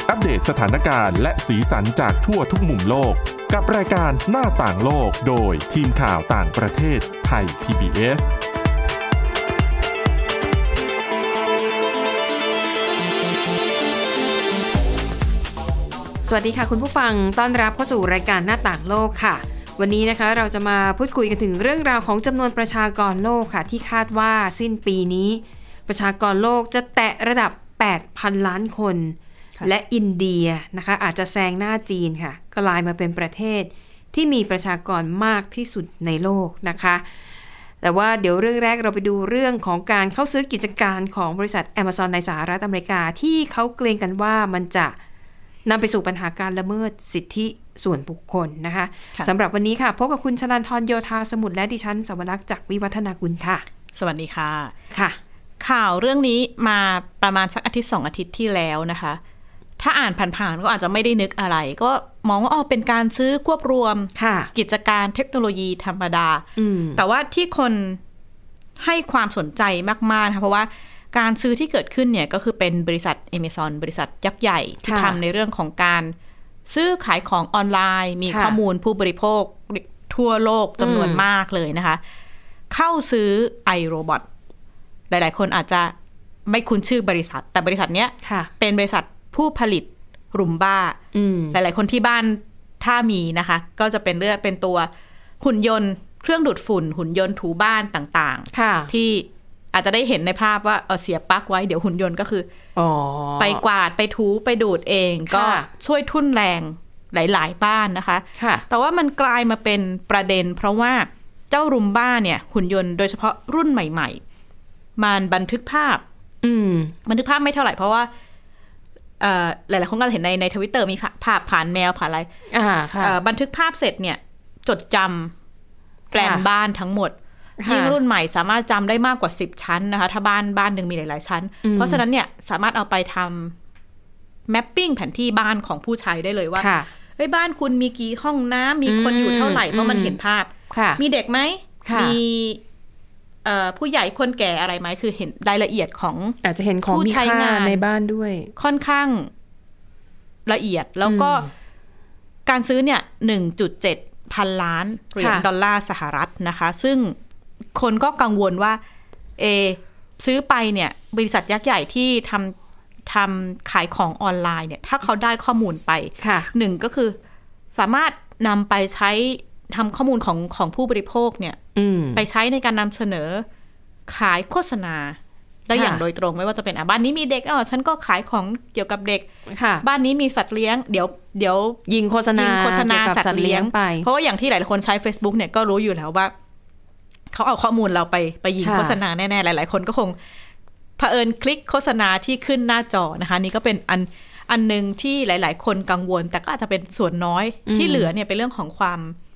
อัปเดตสถานการณ์และสีสันจากทั่วทุกมุมโลกกับรายการหน้าต่างโลกโดยทีมข่าวต่างประเทศไทย PBS สวัสดีค่ะคุณผู้ฟังต้อนรับเข้าสู่รายการหน้าต่างโลกค่ะวันนี้นะคะเราจะมาพูดคุยกันถึงเรื่องราวของจำนวนประชากรโลกค่ะที่คาดว่าสิ้นปีนี้ประชากรโลกจะแตะระดับ 8,000 ล้านคนและอินเดียนะคะอาจจะแซงหน้าจีนค่ะกลายมาเป็นประเทศที่มีประชากรมากที่สุดในโลกนะคะแต่ว่าเดี๋ยวเรื่องแรกเราไปดูเรื่องของการเข้าซื้อกิจการของบริษัท Amazon ในสหรัฐอเมริกาที่เขาเกรงกันว่ามันจะนำไปสู่ปัญหาการละเมิดสิทธิส่วนบุคคลนะคะสำหรับวันนี้ค่ะพบกับคุณชลันทรโยธาสมุทรและดิฉันสวรักษ์จากวิวัฒนากุลค่ะสวัสดีค่ะค่ะข่าวเรื่องนี้มาประมาณสักอาทิตย์2อาทิตย์ที่แล้วนะคะถ้าอ่านผ่านๆก็อาจจะไม่ได้นึกอะไรก็มองว่าเป็นการซื้อควบรวมกิจการเทคโนโลยีธรรมดาแต่ว่าที่คนให้ความสนใจมากๆนะคะเพราะว่าการซื้อที่เกิดขึ้นเนี่ยก็คือเป็นบริษัท Amazon บริษัทยักษ์ใหญ่ที่ทำในเรื่องของการซื้อขายของออนไลน์มีข้อมูลผู้บริโภคทั่วโลกจำนวนมากเลยนะคะเข้าซื้อ iRobot หลายๆคนอาจจะไม่คุ้นชื่อบริษัทแต่บริษัทเนี้ยเป็นบริษัทผู้ผลิตรุมบ้าหลายๆคนที่บ้านถ้ามีนะคะก็จะเป็นตัวหุ่นยนต์เครื่องดูดฝุ่นหุ่นยนต์ถูบ้านต่างๆที่อาจจะได้เห็นในภาพว่าเสียปลั๊กไว้เดี๋ยวหุ่นยนต์ก็คือไปกวาดไปถูไปดูดเองก็ช่วยทุ่นแรงหลายๆบ้านนะคะแต่ว่ามันกลายมาเป็นประเด็นเพราะว่าเจ้ารุมบ้าเนี่ยหุ่นยนต์โดยเฉพาะรุ่นใหม่ๆมันบันทึกภาพบันทึกภาพไม่เท่าไหร่เพราะว่าหลายๆคนก็เห็นใน Twitter มีภาพผ่านแมวผ่านอะไรบันทึกภาพเสร็จเนี่ยจดจำแปลนบ้านทั้งหมดยิ่งรุ่นใหม่สามารถจำได้มากกว่า10ชั้นนะคะถ้าบ้านหนึ่งมีหลายๆชั้นเพราะฉะนั้นเนี่ยสามารถเอาไปทำแมปปิ้งแผนที่บ้านของผู้ใช้ได้เลยว่าบ้านคุณมีกี่ห้องน้ำมีคนอยู่เท่าไหร่เพราะมันเห็นภาพมีเด็กไหมมีผู้ใหญ่คนแก่อะไรไหมคือเห็นรายละเอียดของอาจจะเห็นของมีค่าในบ้านด้วยค่อนข้างละเอียดแล้วก็การซื้อเนี่ย 1.7 พันล้านเหรียญดอลลาร์สหรัฐนะคะซึ่งคนก็กังวลว่าซื้อไปเนี่ยบริษัทยักษ์ใหญ่ที่ทำขายของออนไลน์เนี่ยถ้าเขาได้ข้อมูลไปหนึ่งก็คือสามารถนำไปใช้ทำข้อมูลของผู้บริโภคเนี่ยไปใช้ในการนำเสนอขายโฆษณาได้อย่างโดยตรงไม่ว่าจะเป็นบ้านนี้มีเด็กฉันก็ขายของเกี่ยวกับเด็กบ้านนี้มีสัตว์เลี้ยงเดี๋ยวยิงโฆษณาสัตว์เลี้ยงไปเพราะว่าอย่างที่หลายคนใช้ Facebook เนี่ยก็รู้อยู่แล้วว่าเขาเอาข้อมูลเราไปยิงโฆษณาแน่ๆหลายๆคนก็คงเผอิญคลิกโฆษณาที่ขึ้นหน้าจอนะคะนี่ก็เป็นอันนึงที่หลายๆคนกังวลแต่ก็อาจจะเป็นส่วนน้อยที่เหลือเนี่ยเป็นเรื่องของความ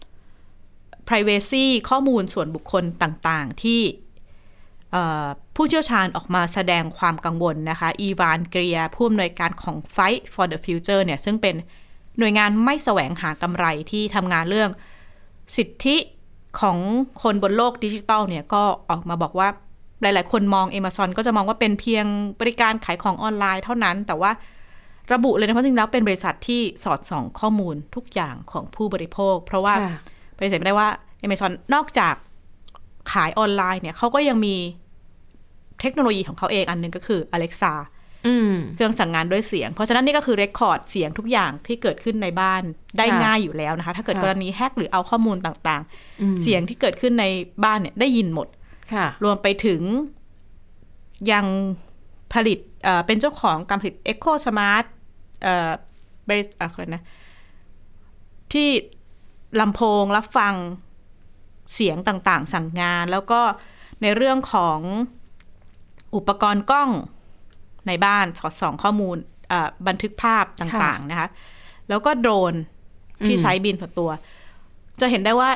privacy ข้อมูลส่วนบุคคลต่างๆที่ผู้เชี่ยวชาญออกมาแสดงความกังวลนะคะอีวานเกรียผู้อำนวยการของ Fight for the Future เนี่ยซึ่งเป็นหน่วยงานไม่แสวงหากำไรที่ทำงานเรื่องสิทธิของคนบนโลกดิจิทัลเนี่ยก็ออกมาบอกว่าหลายๆคนมอง Amazon ก็จะมองว่าเป็นเพียงบริการขายของออนไลน์เท่านั้นแต่ว่าระบุเลยนะเพราะจริงๆแล้วเป็นบริษัทที่สอดส่องข้อมูลทุกอย่างของผู้บริโภคเพราะว่าปฏิเสธไม่ได้ว่า Amazon นอกจากขายออนไลน์เนี่ยเขาก็ยังมีเทคโนโลยีของเขาเองอันนึงก็คือ Alexa เครื่องสั่งงานด้วยเสียงเพราะฉะนั้นนี่ก็คือเรคคอร์ดเสียงทุกอย่างที่เกิดขึ้นในบ้านได้ง่ายอยู่แล้วนะคะถ้าเกิดกรณีแฮกหรือเอาข้อมูลต่างๆเสียงที่เกิดขึ้นในบ้านเนี่ยได้ยินหมดรวมไปถึงยังผลิตเป็นเจ้าของการผลิต Echo Smart บริษัทอะไรนะที่ลำโพงรับฟังเสียงต่างๆสั่งงานแล้วก็ในเรื่องของอุปกรณ์กล้องในบ้านสอดส่องข้อมูลบันทึกภาพต่างๆนะคะแล้วก็โดรนที่ใช้บินส่วนตัวจะเห็นได้ว่า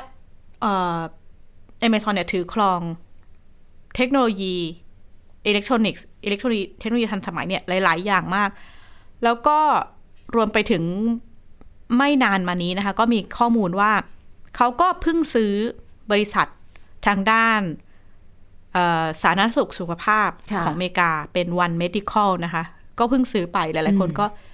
Amazon เนี่ยถือครองเทคโนโลยีอิเล็กทรอนิกส์เทคโนโลยีทันสมัยเนี่ยหลายๆอย่างมากแล้วก็รวมไปถึงไม่นานมานี้นะคะก็มีข้อมูลว่าเขาก็เพิ่งซื้อบริษัททางด้านสาธารณสุขภาพของอเมริกาเป็น One Medical นะคะก็เพิ่งซื้อไปหลายๆคนก็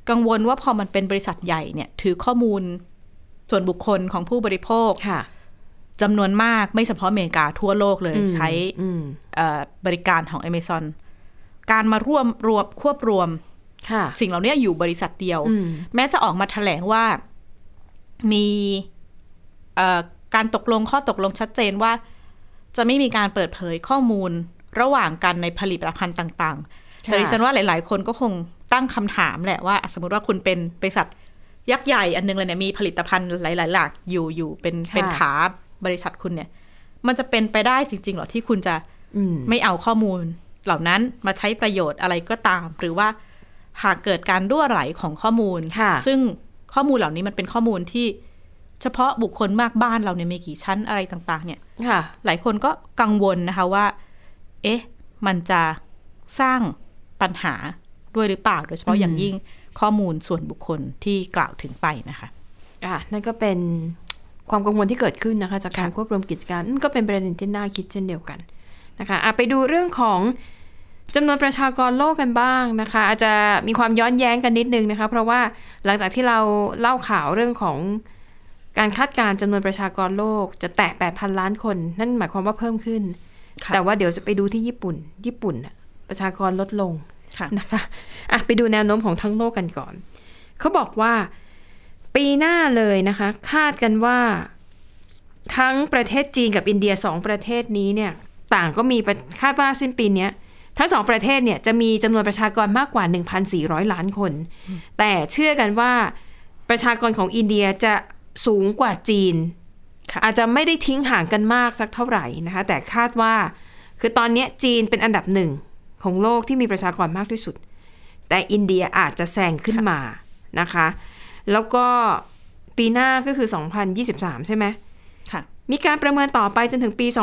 กังวลว่าพอมันเป็นบริษัทใหญ่เนี่ยถือข้อมูลส่วนบุคคลของผู้บริโภคจำนวนมากไม่เฉพาะอเมริกาทั่วโลกเลยใช้บริการของ Amazon การมาควบรวมสิ่งเหล่านี้อยู่บริษัทเดียวแม้จะออกมาแถลงว่ามีการข้อตกลงชัดเจนว่าจะไม่มีการเปิดเผยข้อมูลระหว่างกันในผลิตภัณฑ์ต่างๆแต่ดิฉันว่าหลายๆคนก็คงตั้งคำถามแหละว่าสมมติว่าคุณเป็นบริษัทยักษ์ใหญ่อันนึงเลยเนี่ยมีผลิตภัณฑ์หลายๆหลักอยู่เป็นขาบริษัทคุณเนี่ยมันจะเป็นไปได้จริงๆหรอที่คุณจะไม่เอาข้อมูลเหล่านั้นมาใช้ประโยชน์อะไรก็ตามหรือว่าหากเกิดการรั่วไหลของข้อมูลซึ่งข้อมูลเหล่านี้มันเป็นข้อมูลที่เฉพาะบุคคลมากบ้านเราเนี่ยมีกี่ชั้นอะไรต่างๆเนี่ยหลายคนก็กังวลนะคะว่ามันจะสร้างปัญหาด้วยหรือเปล่าโดยเฉพาะอย่างยิ่งข้อมูลส่วนบุคคลที่กล่าวถึงไปนะคะนั่นก็เป็นความกังวลที่เกิดขึ้นนะคะจากการควบรวมกิจการก็เป็นประเด็นที่น่าคิดเช่นเดียวกันนะคะไปดูเรื่องของจำนวนประชากรโลกกันบ้างนะคะอาจจะมีความย้อนแย้งกันนิดนึงนะคะเพราะว่าหลังจากที่เราเล่าข่าวเรื่องของการคาดการณ์จำนวนประชากรโลกจะแตะ 8,000 ล้านคนนั่นหมายความว่าเพิ่มขึ้นแต่ว่าเดี๋ยวจะไปดูที่ญี่ปุ่นประชากรลดลงนะคะไปดูแนวโน้มของทั้งโลกกันก่อนเขาบอกว่าปีหน้าเลยนะคะคาดกันว่าทั้งประเทศจีนกับอินเดีย2ประเทศนี้เนี่ยต่างก็มีคาดว่าสิ้นปีนี้ทั้ง2ประเทศเนี่ยจะมีจำนวนประชากรมากกว่า 1,400 ล้านคนแต่เชื่อกันว่าประชากรของอินเดียจะสูงกว่าจีนอาจจะไม่ได้ทิ้งห่างกันมากสักเท่าไหร่นะคะแต่คาดว่าคือตอนนี้จีนเป็นอันดับ1ของโลกที่มีประชากรมากที่สุดแต่อินเดียอาจจะแซงขึ้นมานะคะแล้วก็ปีหน้าก็คือ2023ใช่ไหมมีการประเมินต่อไปจนถึงปี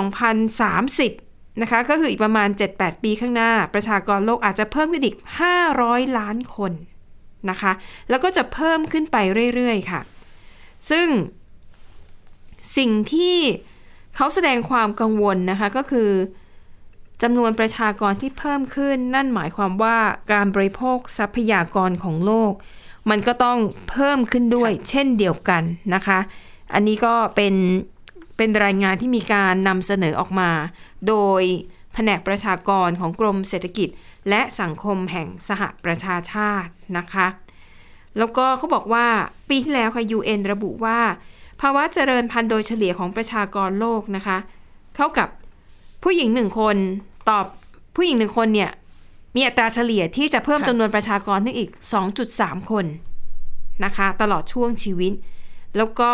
2030นะคะก็คืออีกประมาณ 7-8 ปีข้างหน้าประชากรโลกอาจจะเพิ่มขึ้นอีก500ล้านคนนะคะแล้วก็จะเพิ่มขึ้นไปเรื่อยๆค่ะซึ่งสิ่งที่เขาแสดงความกังวลนะคะก็คือจำนวนประชากรที่เพิ่มขึ้นนั่นหมายความว่าการบริโภคทรัพยากรของโลกมันก็ต้องเพิ่มขึ้นด้วยเช่นเดียวกันนะคะอันนี้ก็เป็นรายงานที่มีการนำเสนอออกมาโดยแผนกประชากรของกรมเศรษฐกิจและสังคมแห่งสหประชาชาตินะคะแล้วก็เขาบอกว่าปีที่แล้วค่ะ UN ระบุว่าภาวะเจริญพันธุ์โดยเฉลี่ยของประชากรโลกนะคะเท่ากับผู้หญิง1คนตอบผู้หญิง1คนเนี่ยมีอัตราเฉลี่ยที่จะเพิ่มจำนวนประชากรขึ้นอีก 2.3 คนนะคะตลอดช่วงชีวิตแล้วก็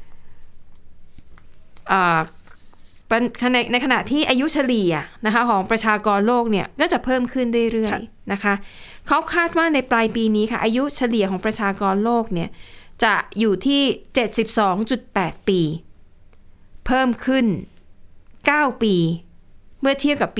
ในขณะที่อายุเฉลี่ยนะคะของประชากรโลกเนี่ยก็จะเพิ่มขึ้นเรื่อยๆนะคะเขาคาดว่าในปลายปีนี้ค่ะอายุเฉลี่ยของประชากรโลกเนี่ยจะอยู่ที่ 72.8 ปีเพิ่มขึ้น9ปีเมื่อเทียบกับปี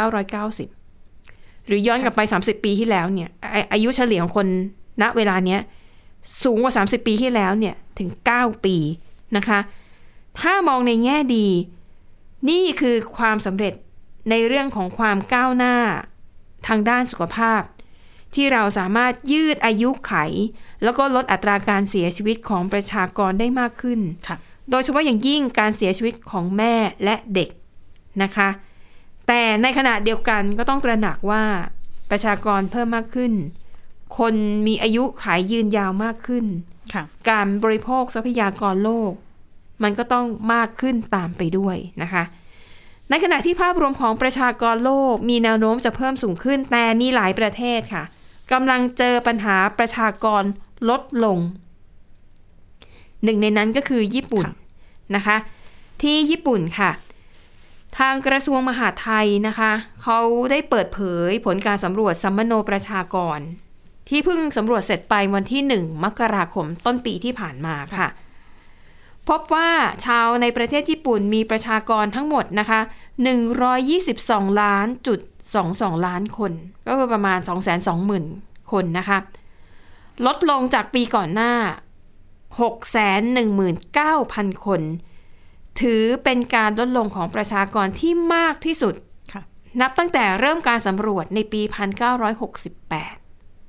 1990หรือย้อนกลับไป30ปีที่แล้วเนี่ยอายุเฉลี่ยของคนณเวลาเนี้ยสูงกว่า30ปีที่แล้วเนี่ยถึง9ปีนะคะถ้ามองในแง่ดีนี่คือความสำเร็จในเรื่องของความก้าวหน้าทางด้านสุขภาพที่เราสามารถยืดอายุไขแล้วก็ลดอัตราการเสียชีวิตของประชากรได้มากขึ้นโดยเฉพาะอย่างยิ่งการเสียชีวิตของแม่และเด็กนะคะแต่ในขณะเดียวกันก็ต้องตระหนักว่าประชากรเพิ่มมากขึ้นคนมีอายุขัยยืนยาวมากขึ้นการบริโภคทรัพยากรโลกมันก็ต้องมากขึ้นตามไปด้วยนะคะในขณะที่ภาพรวมของประชากรโลกมีแนวโน้มจะเพิ่มสูงขึ้นแต่มีหลายประเทศค่ะกำลังเจอปัญหาประชากรลดลงหนึ่งในนั้นก็คือญี่ปุ่นนะคะที่ญี่ปุ่นค่ะทางกระทรวงมหาดไทยนะคะเขาได้เปิดเผยผลการสำรวจสัมมโนประชากรที่เพิ่งสำรวจเสร็จไปวันที่1 มกราคมต้นปีที่ผ่านมาค่ะพบว่าชาวในประเทศญี่ปุ่นมีประชากรทั้งหมดนะคะ122.22 ล้านคนก็คือประมาณ 220,000 คนนะคะลดลงจากปีก่อนหน้า 619,000 คนถือเป็นการลดลงของประชากรที่มากที่สุดนับตั้งแต่เริ่มการสำรวจในปี 1968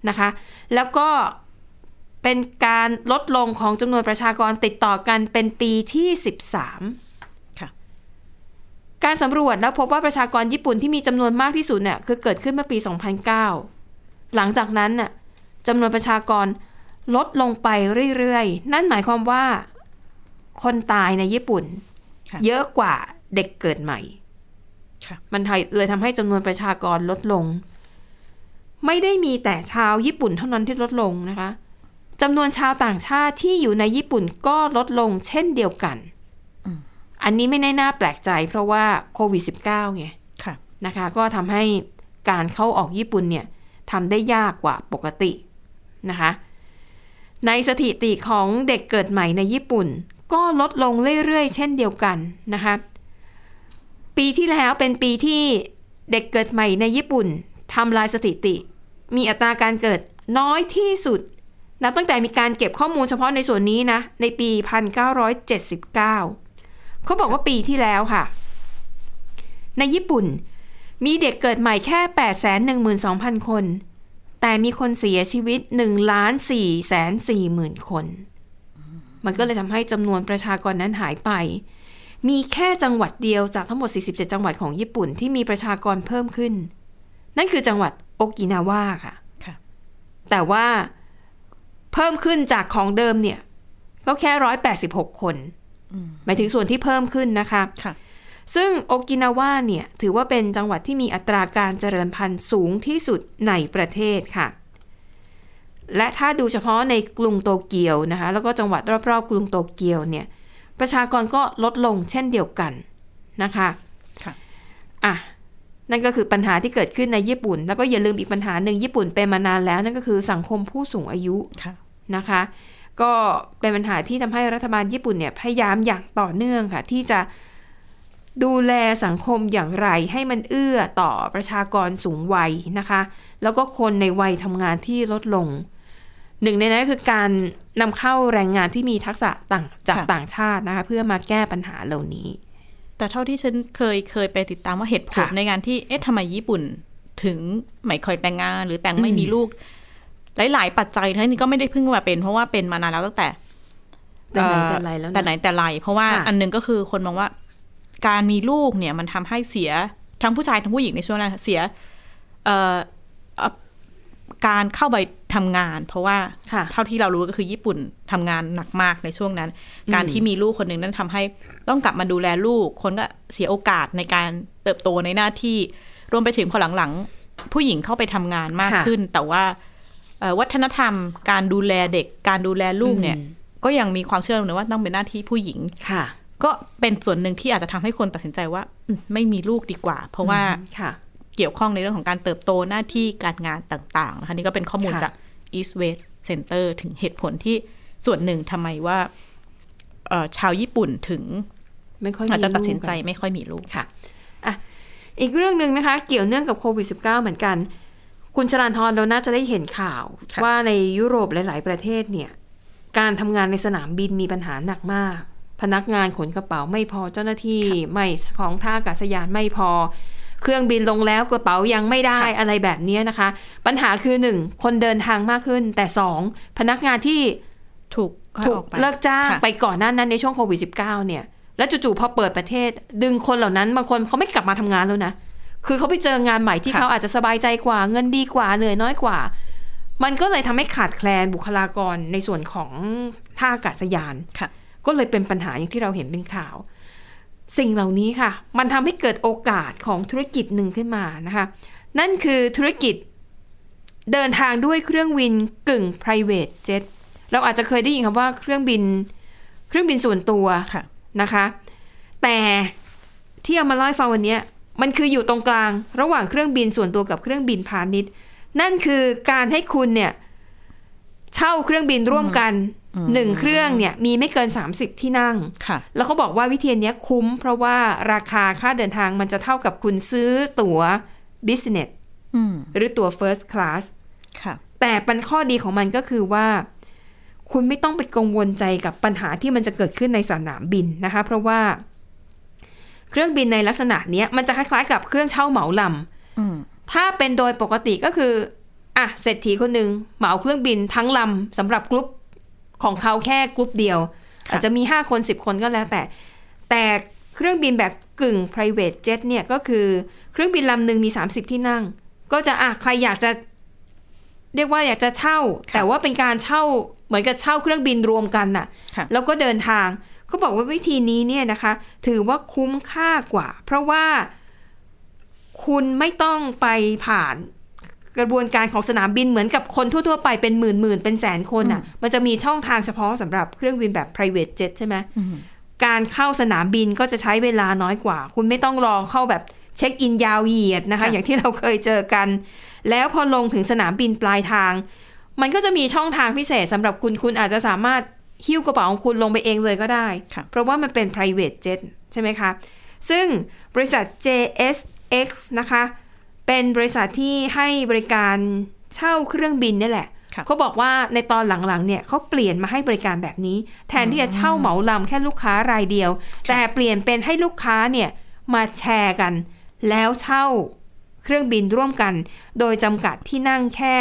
นะคะแล้วก็เป็นการลดลงของจำนวนประชากรติดต่อกันเป็นปีที่13 ค่ะการสำรวจแล้วพบว่าประชากรญี่ปุ่นที่มีจำนวนมากที่สุดเนี่ยคือเกิดขึ้นเมื่อปี2009หลังจากนั้นน่ะจำนวนประชากรลดลงไปเรื่อยๆนั่นหมายความว่าคนตายในญี่ปุ่นเยอะกว่าเด็กเกิดใหม่มันเลยทำให้จำนวนประชากรลดลงไม่ได้มีแต่ชาวญี่ปุ่นเท่านั้นที่ลดลงนะคะจำนวนชาวต่างชาติที่อยู่ในญี่ปุ่นก็ลดลงเช่นเดียวกันอันนี้ไม่น่าแปลกใจเพราะว่าโควิด -19 ไงนะคะก็ทำให้การเข้าออกญี่ปุ่นเนี่ยทำได้ยากกว่าปกตินะคะในสถิติของเด็กเกิดใหม่ในญี่ปุ่นก็ลดลงเรื่อยๆเช่นเดียวกันนะคะปีที่แล้วเป็นปีที่เด็กเกิดใหม่ในญี่ปุ่นทำลายสถิติมีอัตราการเกิดน้อยที่สุดนับตั้งแต่มีการเก็บข้อมูลเฉพาะในส่วนนี้นะในปี1979เขาบอกว่าปีที่แล้วค่ะในญี่ปุ่นมีเด็กเกิดใหม่แค่ 812,000 คนแต่มีคนเสียชีวิต 1,440,000 คนมันก็เลยทำให้จำนวนประชากรนั้นหายไปมีแค่จังหวัดเดียวจากทั้งหมด47จังหวัดของญี่ปุ่นที่มีประชากรเพิ่มขึ้นนั่นคือจังหวัดโอกินาวาค่ะแต่ว่าเพิ่มขึ้นจากของเดิมเนี่ยก็แค่186คนหมายถึงส่วนที่เพิ่มขึ้นนะคะซึ่งโอกินาวาเนี่ยถือว่าเป็นจังหวัดที่มีอัตราการเจริญพันธุ์สูงที่สุดในประเทศค่ะและถ้าดูเฉพาะในกรุงโตเกียวนะคะแล้วก็จังหวัดรอบๆกรุงโตเกียวเนี่ยประชากรก็ลดลงเช่นเดียวกันนะคะนั่นก็คือปัญหาที่เกิดขึ้นในญี่ปุ่นแล้วก็อย่าลืมอีกปัญหาหนึ่งญี่ปุ่นเป็นมานานแล้วนั่นก็คือสังคมผู้สูงอายุนะคะก็เป็นปัญหาที่ทำให้รัฐบาลญี่ปุ่นเนี่ยพยายามอย่างต่อเนื่องค่ะที่จะดูแลสังคมอย่างไรให้มันเอื้อต่อประชากรสูงวัยนะคะแล้วก็คนในวัยทำงานที่ลดลงหนึ่งในนั้นคือการนำเข้าแรงงานที่มีทักษะจากต่างชาตินะคะเพื่อมาแก้ปัญหาเหล่านี้แต่เท่าที่ฉันเคยไปติดตามว่าเหตุผลในการที่ทำไมญี่ปุ่นถึงไม่ค่อยแต่งงานหรือแต่งไม่มีลูกหลายๆปัจจัยทั้งนี้ก็ไม่ได้เพิ่งมาเป็นเพราะว่าเป็นมานานแล้วตั้งแต่ไหนแต่ไรเพราะว่าอันนึงก็คือคนมองว่าการมีลูกเนี่ยมันทำให้เสียทั้งผู้ชายทั้งผู้หญิงในช่วงนั้นเสียการเข้าไปทำงานเพราะว่าเท่าที่เรารู้ก็คือญี่ปุ่นทำงานหนักมากในช่วงนั้นการที่มีลูกคนหนึ่งนั้นทำให้ต้องกลับมาดูแลลูกคนก็เสียโอกาสในการเติบโตในหน้าที่รวมไปถึงพอหลังๆผู้หญิงเข้าไปทำงานมากขึ้นแต่ว่าวัฒนธรรมการดูแลเด็กการดูแลลูกเนี่ยก็ยังมีความเชื่อว่าต้องเป็นหน้าที่ผู้หญิงก็เป็นส่วนหนึ่งที่อาจจะทำให้คนตัดสินใจว่าไม่มีลูกดีกว่าเพราะว่าเกี่ยวข้องในเรื่องของการเติบโตหน้าที่การงานต่างๆนะคะนี่ก็เป็นข้อมูลจาก East West Center ถึงเหตุผลที่ส่วนหนึ่งทำไมว่าชาวญี่ปุ่นถึงอาจจะตัดสินใจไม่ค่อยมีลูกค่ะอีกเรื่องนึงนะคะเกี่ยวเนื่องกับโควิด -19 เหมือนกันคุณชลธรเราน่าจะได้เห็นข่าวว่าในยุโรปหลายๆประเทศเนี่ยการทำงานในสนามบินมีปัญหาหนักมากพนักงานขนกระเป๋าไม่พอเจ้าหน้าที่ไม่ของท่าอากาศยานไม่พอเครื่องบินลงแล้วกระเป๋ายังไม่ได้อะไรแบบนี้นะคะปัญหาคือ1คนเดินทางมากขึ้นแต่2พนักงานที่ถูกเลิกจ้างไปก่อนหน้านั้นในช่วงโควิด -19 เนี่ยแล้วจู่ๆพอเปิดประเทศดึงคนเหล่านั้นบางคนเขาไม่กลับมาทำงานแล้วนะคือเขาไปเจองานใหม่ที่เขาอาจจะสบายใจกว่าเงินดีกว่าเหนื่อยน้อยกว่ามันก็เลยทำให้ขาดแคลนบุคลากรในส่วนของท่าอากาศยานก็เลยเป็นปัญหาอย่างที่เราเห็นเป็นข่าวสิ่งเหล่านี้ค่ะมันทำให้เกิดโอกาสของธุรกิจหนึ่งขึ้นมานะคะนั่นคือธุรกิจเดินทางด้วยเครื่องบินกึ่ง private jet เราอาจจะเคยได้ยินคำว่าเครื่องบินส่วนตัวนะคะแต่ที่เอามาเล่าให้ฟังวันนี้มันคืออยู่ตรงกลางระหว่างเครื่องบินส่วนตัวกับเครื่องบินพาณิชย์นั่นคือการให้คุณเนี่ยเช่าเครื่องบินร่วมกัน1เครื่องเนี่ยมีไม่เกิน30ที่นั่งแล้วเขาบอกว่าวิธีนี้คุ้มเพราะว่าราคาค่าเดินทางมันจะเท่ากับคุณซื้อตั๋ว business หรือตั๋ว first class แต่ปัญข้อดีของมันก็คือว่าคุณไม่ต้องไปกังวลใจกับปัญหาที่มันจะเกิดขึ้นในสนามบินนะคะเพราะว่าเครื่องบินในลักษณะนี้มันจะคล้ายๆกับเครื่องเช่าเหมาลำถ้าเป็นโดยปกติก็คือเศรษฐีคนหนึ่งเหมาเครื่องบินทั้งลำสำหรับกลุ่มของเขาแค่กลุ่มเดียวอาจจะมี5คน10คนก็แล้วแต่เครื่องบินแบบกึ่ง private jet เนี่ยก็คือเครื่องบินลำหนึ่งมี30ที่นั่งก็จะใครอยากจะเรียกว่าอยากจะเช่าแต่ว่าเป็นการเช่าเหมือนกับเช่าเครื่องบินรวมกันน่ะแล้วก็เดินทางเขาบอกว่าวิธีนี้เนี่ยนะคะถือว่าคุ้มค่ากว่าเพราะว่าคุณไม่ต้องไปผ่านกระบวนการของสนามบินเหมือนกับคนทั่วๆไปเป็นหมื่นเป็นแสนคนอ่ะมันจะมีช่องทางเฉพาะสำหรับเครื่องบินแบบ private jet ใช่ไหมการเข้าสนามบินก็จะใช้เวลาน้อยกว่าคุณไม่ต้องรอเข้าแบบเช็คอินยาวเหยียดนะคะอย่างที่เราเคยเจอกันแล้วพอลงถึงสนามบินปลายทางมันก็จะมีช่องทางพิเศษสำหรับคุณอาจจะสามารถหิ้วกระเป๋าของคุณลงไปเองเลยก็ได้เพราะว่ามันเป็น private jet ใช่ไหมคะซึ่งบริษัท JSX นะคะเป็นบริษัทที่ให้บริการเช่าเครื่องบินนี่แหละเขาบอกว่าในตอนหลังๆเนี่ยเขาเปลี่ยนมาให้บริการแบบนี้แทนที่จะเช่าเหมาลำแค่ลูกค้ารายเดียวแต่เปลี่ยนเป็นให้ลูกค้าเนี่ยมาแชร์กันแล้วเช่าเครื่องบินร่วมกันโดยจำกัดที่นั่งแค่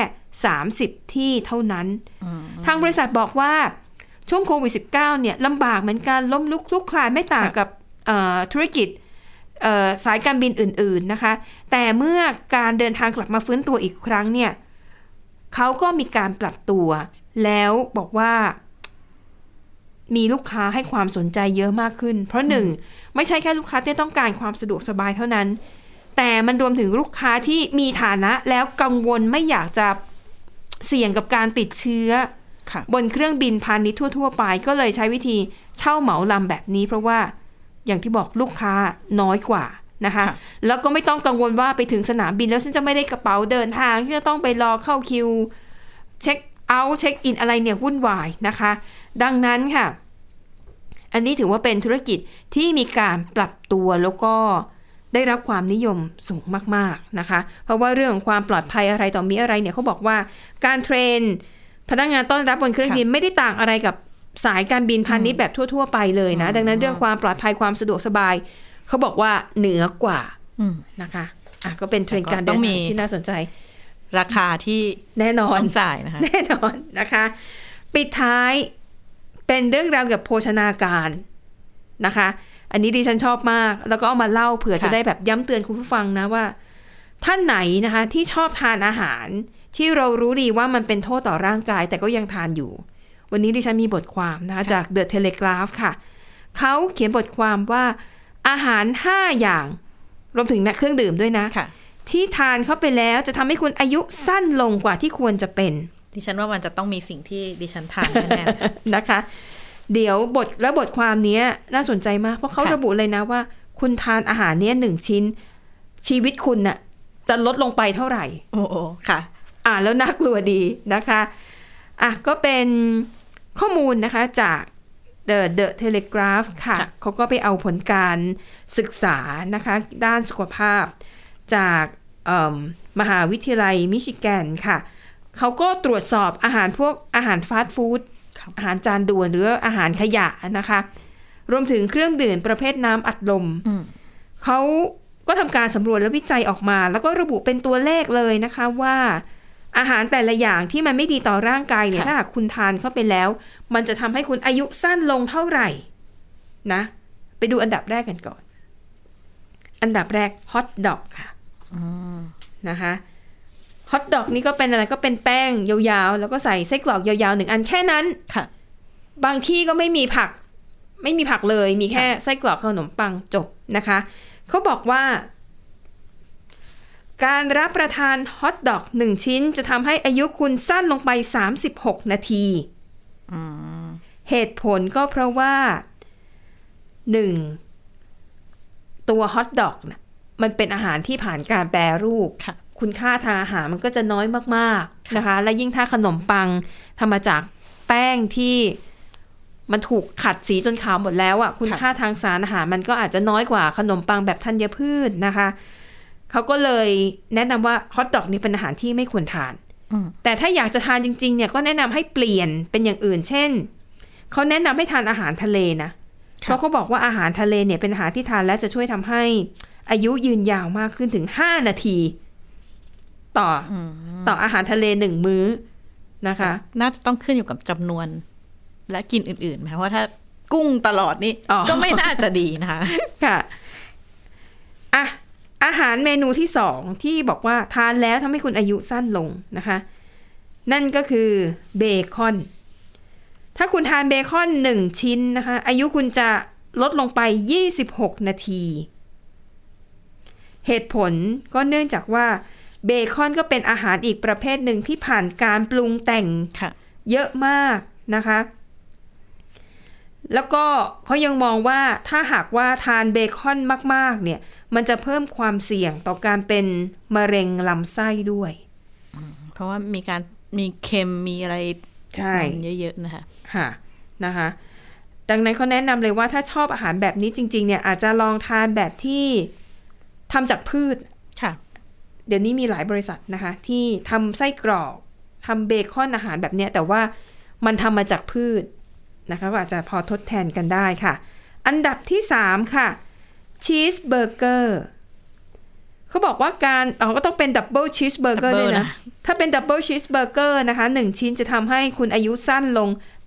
30ที่เท่านั้นทางบริษัทบอกว่าช่วงโควิด -19 เนี่ยลำบากเหมือนกันล้มลุกคลุกคลานไม่ต่างกับธุรกิจสายการบินอื่นๆนะคะแต่เมื่อการเดินทางกลับมาฟื้นตัวอีกครั้งเนี่ยเขาก็มีการปรับตัวแล้วบอกว่ามีลูกค้าให้ความสนใจเยอะมากขึ้นเพราะหนึ่งไม่ใช่แค่ลูกค้าที่ต้องการความสะดวกสบายเท่านั้นแต่มันรวมถึงลูกค้าที่มีฐานะแล้วกังวลไม่อยากจะเสี่ยงกับการติดเชื้อบนเครื่องบินพาณิชย์ทั่วๆไปก็เลยใช้วิธีเช่าเหมาลำแบบนี้เพราะว่าอย่างที่บอกลูกค้าน้อยกว่านะคะแล้วก็ไม่ต้องกังวลว่าไปถึงสนามบินแล้วฉันจะไม่ได้กระเป๋าเดินทางที่จะต้องไปรอเข้าคิวเช็คเอาท์เช็คอินอะไรเนี่ยวุ่นวายนะคะดังนั้นค่ะอันนี้ถือว่าเป็นธุรกิจที่มีการปรับตัวแล้วก็ได้รับความนิยมสูงมากๆนะคะเพราะว่าเรื่องของความปลอดภัยอะไรต่อมีอะไรเนี่ยเขาบอกว่าการเทรนพนักงานต้อนรับบนเครื่องบินไม่ได้ต่างอะไรกับสายการบินพาณิชย์แบบทั่วๆไปเลยนะดังนั้นเรื่องความปลอดภัยความสะดวกสบายเขาบอกว่าเหนือกว่านะคะก็เป็นเทรนด์การเดินทางที่น่าสนใจราคาที่แน่นอนจ่ายนะคะแน่นอนนะคะปิดท้ายเป็นเรื่องราวเกี่ยวกับโภชนาการนะคะอันนี้ดิฉันชอบมากแล้วก็เอามาเล่าเผื่อจะได้แบบย้ำเตือนคุณผู้ฟังนะว่าท่านไหนนะคะที่ชอบทานอาหารที่เรารู้ดีว่ามันเป็นโทษต่อร่างกายแต่ก็ยังทานอยู่วันนี้ดิฉันมีบทความนะคะจาก The Telegraph ค่ะเขาเขียนบทความว่าอาหาร5อย่างรวมถึงเครื่องดื่มด้วยนะที่ทานเข้าไปแล้วจะทำให้คุณอายุสั้นลงกว่าที่ควรจะเป็นดิฉันว่ามันจะต้องมีสิ่งที่ดิฉันทานแน่ๆนะคะเดี๋ยวบทความนี้น่าสนใจมากเพราะเขาระบุเลยนะว่าคุณทานอาหารนี้1ชิ้นชีวิตคุณน่ะจะลดลงไปเท่าไหร่โอ้ค่ะแล้วน่ากลัวดีนะคะก็เป็นข้อมูลนะคะจาก The Telegraph ค่ะเขาก็ไปเอาผลการศึกษานะคะด้านสุขภาพจากมหาวิทยาลัยมิชิแกนค่ะเขาก็ตรวจสอบอาหารพวกอาหารฟาสต์ฟู้ดอาหารจานด่วนหรืออาหารขยะนะคะรวมถึงเครื่องดื่มประเภทน้ำอัดลมเขาก็ทำการสำรวจและวิจัยออกมาแล้วก็ระบุเป็นตัวเลขเลยนะคะว่าอาหารแต่ละอย่างที่มันไม่ดีต่อร่างกายเนี่ยถ้าหากคุณทานเข้าไปแล้วมันจะทำให้คุณอายุสั้นลงเท่าไหร่นะไปดูอันดับแรกกันก่อนอันดับแรกฮอทดอกค่ะนะคะฮอทดอกนี่ก็เป็นอะไรก็เป็นแป้งยาวๆแล้วก็ใส่ไส้กรอกยาวๆ1อันแค่นั้นค่ะบางที่ก็ไม่มีผักเลยมีแค่ไส้กรอกขนมปังจบนะคะเขาบอกว่าการรับประทานฮอทดอก1ชิ้นจะทำให้อายุคุณสั้นลงไป36นาทีเหตุผลก็เพราะว่า1ตัวฮอทดอกนะมันเป็นอาหารที่ผ่านการแปรรูปคุณค่าทางอาหารมันก็จะน้อยมากๆนะคะและยิ่งถ้าขนมปังทำมาจากแป้งที่มันถูกขัดสีจนขาวหมดแล้วอ่ะคุณค่าทางสารอาหารมันก็อาจจะน้อยกว่าขนมปังแบบธัญพืชนะคะเขาก็เลยแนะนำว่าฮอทดอกนี่เป็นอาหารที่ไม่ควรทานแต่ถ้าอยากจะทานจริงๆเนี่ยก็แนะนำให้เปลี่ยนเป็นอย่างอื่นเช่นเขาแนะนำให้ทานอาหารทะเลนะเพราะเขาบอกว่าอาหารทะเลเนี่ยเป็นอาหารที่ทานแล้วจะช่วยทำให้อายุยืนยาวมากขึ้นถึง5นาทีต่อต่ออาหารทะเล1มื้อนะคะน่าจะต้องขึ้นอยู่กับจำนวนและกินอื่นๆไหมว่าถ้ากุ้งตลอดนี่ก็ไม่น่าจะดีนะคะค่ะอาหารเมนูที่2ที่บอกว่าทานแล้วทำให้คุณอายุสั้นลงนะคะนั่นก็คือเบคอนถ้าคุณทานเบคอน1ชิ้นนะคะอายุคุณจะลดลงไป26นาทีเหตุผลก็เนื่องจากว่าเบคอนก็เป็นอาหารอีกประเภทหนึ่งที่ผ่านการปรุงแต่งเยอะมากนะคะแล้วก็เขายังมองว่าถ้าหากว่าทานเบคอนมากๆเนี่ยมันจะเพิ่มความเสี่ยงต่อการเป็นมะเร็งลำไส้ด้วยเพราะว่ามีเค็มมีอะไรใช่เยอะๆนะคะดังนั้นเขาแนะนำเลยว่าถ้าชอบอาหารแบบนี้จริงๆเนี่ยอาจจะลองทานแบบที่ทำจากพืชเดี๋ยวนี้มีหลายบริษัทนะคะที่ทำไส้กรอกทำเบคอนอาหารแบบนี้แต่ว่ามันทำมาจากพืชนะคะก็อาจจะพอทดแทนกันได้ค่ะอันดับที่3ค่ะชีสเบอร์เกอร์เขาบอกว่าก็ต้องเป็นดับเบิลชีสเบอร์เกอร์ด้วยนะถ้าเป็นดับเบิลชีสเบอร์เกอร์นะคะ1ชิ้นจะทำให้คุณอายุสั้นลง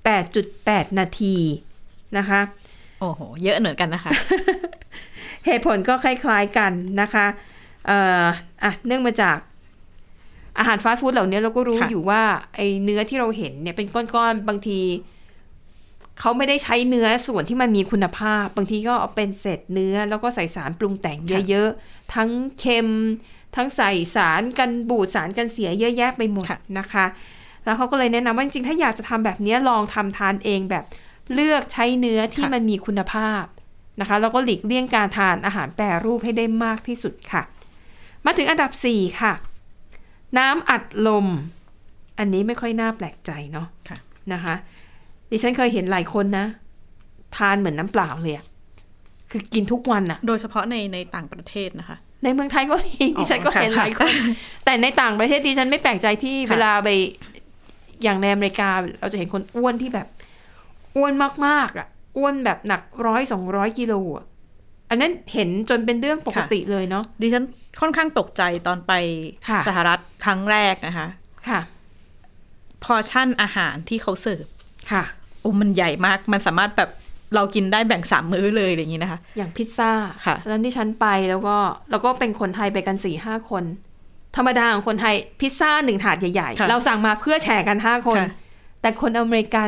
8.8 นาทีนะคะโอ้โหเยอะเหมือนกันนะคะเหตุผลก็คล้ายๆกันนะคะเนื่องมาจากอาหารฟาสต์ฟู้ดเหล่านี้เราก็รู้อยู่ว่าไอ้เนื้อที่เราเห็นเนี่ยเป็นก้อนๆบางทีเขาไม่ได้ใช้เนื้อส่วนที่มันมีคุณภาพบางทีก็เอาเป็นเศษเนื้อแล้วก็ใส่สารปรุงแต่งเยอะๆทั้งเค็มทั้งใส่สารกันบูดสารกันเสียเยอะแยะไปหมดนะคะแล้วเขาก็เลยแนะนำว่าจริงๆถ้าอยากจะทำแบบนี้ลองทำทานเองแบบเลือกใช้เนื้อที่มันมีคุณภาพนะคะแล้วก็หลีกเลี่ยงการทานอาหารแปรรูปให้ได้มากที่สุดค่ะมาถึงอันดับ4ค่ะน้ำอัดลมอันนี้ไม่ค่อยน่าแปลกใจเนาะนะคะดิฉันเคยเห็นหลายคนนะทานเหมือนน้ำเปล่าเลยคือกินทุกวันอะโดยเฉพาะในต่างประเทศนะคะในเมืองไทยก็มีดิฉันก็เห็นหลายคนแต่ในต่างประเทศดิฉันไม่แปลกใจที่เวลาไปอย่างในอเมริกาเราจะเห็นคนอ้วนที่แบบอ้วนมากๆอะอ้วนแบบหนัก100-200 กิโลอะอันนั้นเห็นจนเป็นเรื่องปกติเลยเนาะดิฉันค่อนข้างตกใจตอนไปสหรัฐครั้งแรกนะคะค่ะพอชั่นอาหารที่เขาเสิร์ฟค่ะโอ้มันใหญ่มากมันสามารถแบบเรากินได้แบ่ง3มื้อเลยอย่างนี้นะคะอย่างพิซซ่าค่ะแล้วที่ฉันไปแล้วก็เป็นคนไทยไปกัน 4-5 คนธรรมดาของคนไทยพิซซ่า1ถาดใหญ่ๆเราสั่งมาเพื่อแชร์กัน5คนแต่คนอเมริกัน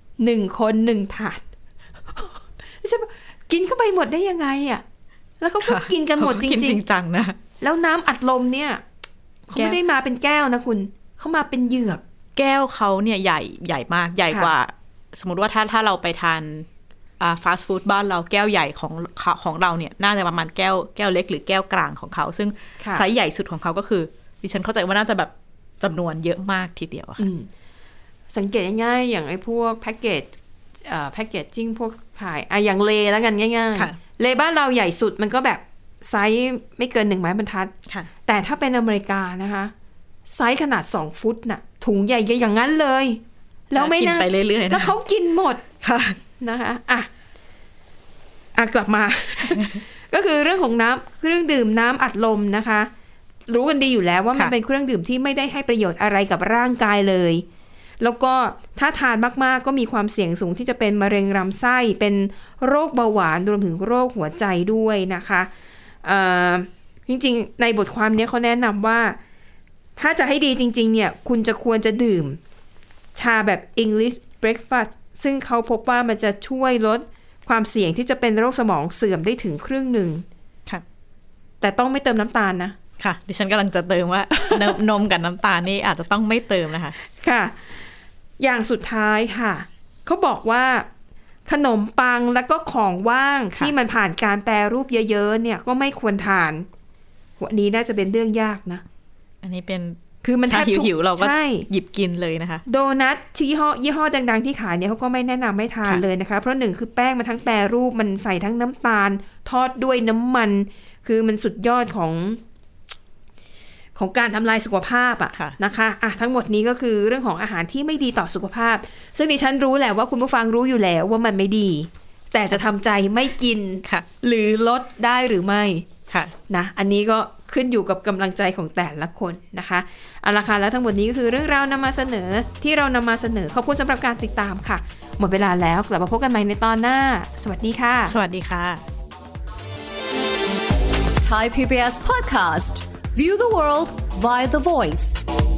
1คน1ถาดจะกินเข้าไปหมดได้ยังไงอ่ะแล้วเขาก็กินกันหมดจริงๆจริงจังนะแล้วน้ำอัดลมเนี่ยเขาไม่ได้มาเป็นแก้วนะคุณเขามาเป็นเหยือกแก้วเขาเนี่ยใหญ่มากใหญ่กว่าสมมติว่าถ้าเราไปทานฟาสต์ฟู้ดบ้านเราแก้วใหญ่ของเราเนี่ยน่าจะประมาณแก้วเล็กหรือแก้วกลางของเขาซึ่งไซส์ใหญ่สุดของเขาก็คือดิฉันเข้าใจว่าน่าจะแบบจำนวนเยอะมากทีเดียวค่ะสังเกตง่ายๆอย่างไอ้พวกแพ็กเกจจิ้งพวกขายอย่างเลแล้วกันง่ายๆเลบ้านเราใหญ่สุดมันก็แบบไซส์ไม่เกิน1 ไม้บรรทัดแต่ถ้าเป็นอเมริกานะคะไซส์ขนาด2 ฟุตน่ะถุงใหญ่ๆอย่างนั้นเลยแล้วไม่น่าไปเรื่อยๆแล้วเขากินหมดนะคะกลับมา ก็คือเรื่องของเครื่องดื่มน้ำอัดลมนะคะรู้กันดีอยู่แล้วว่ามันเป็นเครื่องดื่มที่ไม่ได้ให้ประโยชน์อะไรกับร่างกายเลยแล้วก็ถ้าทานมากๆก็มีความเสี่ยงสูงที่จะเป็นมะเร็งลำไส้เป็นโรคเบาหวานรวมถึงโรคหัวใจด้วยนะคะจริงๆในบทความนี้เขาแนะนำว่าถ้าจะให้ดีจริงๆเนี่ยคุณจะควรจะดื่มชาแบบ English breakfast ซึ่งเขาพบว่ามันจะช่วยลดความเสี่ยงที่จะเป็นโรคสมองเสื่อมได้ถึงครึ่งหนึ่งค่ะแต่ต้องไม่เติมน้ำตาลนะค่ะดิฉันกำลังจะเติมว่า นมกับน้ำตาลนี่อาจจะต้องไม่เติมนะคะค่ะอย่างสุดท้ายค่ะเขาบอกว่าขนมปังแล้วก็ของว่างที่มันผ่านการแปรรูปเยอะๆเนี่ยก็ไม่ควรทานวันนี้น่าจะเป็นเรื่องยากนะอันนี้เป็นคือมันถ้าหิวๆเราก็หยิบกินเลยนะคะโดนัทยี่ห้อดังๆที่ขายเนี่ยเขาก็ไม่แนะนำให้ทานเลยนะคะเพราะ1คือแป้งมันทั้งแปรรูปมันใส่ทั้งน้ำตาลทอดด้วยน้ำมันคือมันสุดยอดของการทำลายสุขภาพนะคะทั้งหมดนี้ก็คือเรื่องของอาหารที่ไม่ดีต่อสุขภาพซึ่งดิฉันรู้แหละว่าคุณผู้ฟังรู้อยู่แล้วว่ามันไม่ดีแต่จะทำใจไม่กินหรือลดได้หรือไม่นะอันนี้ก็ขึ้นอยู่กับกำลังใจของแต่ละคนนะคะเอาละค่ะแล้วทั้งหมดนี้ก็คือเรื่องราวนำมาเสนอที่เรานำมาเสนอขอบคุณสำหรับการติดตามค่ะหมดเวลาแล้วกลับมาพบกันใหม่ในตอนหน้าสวัสดีค่ะสวัสดีค่ะ Thai PBS podcast View the world via The Voice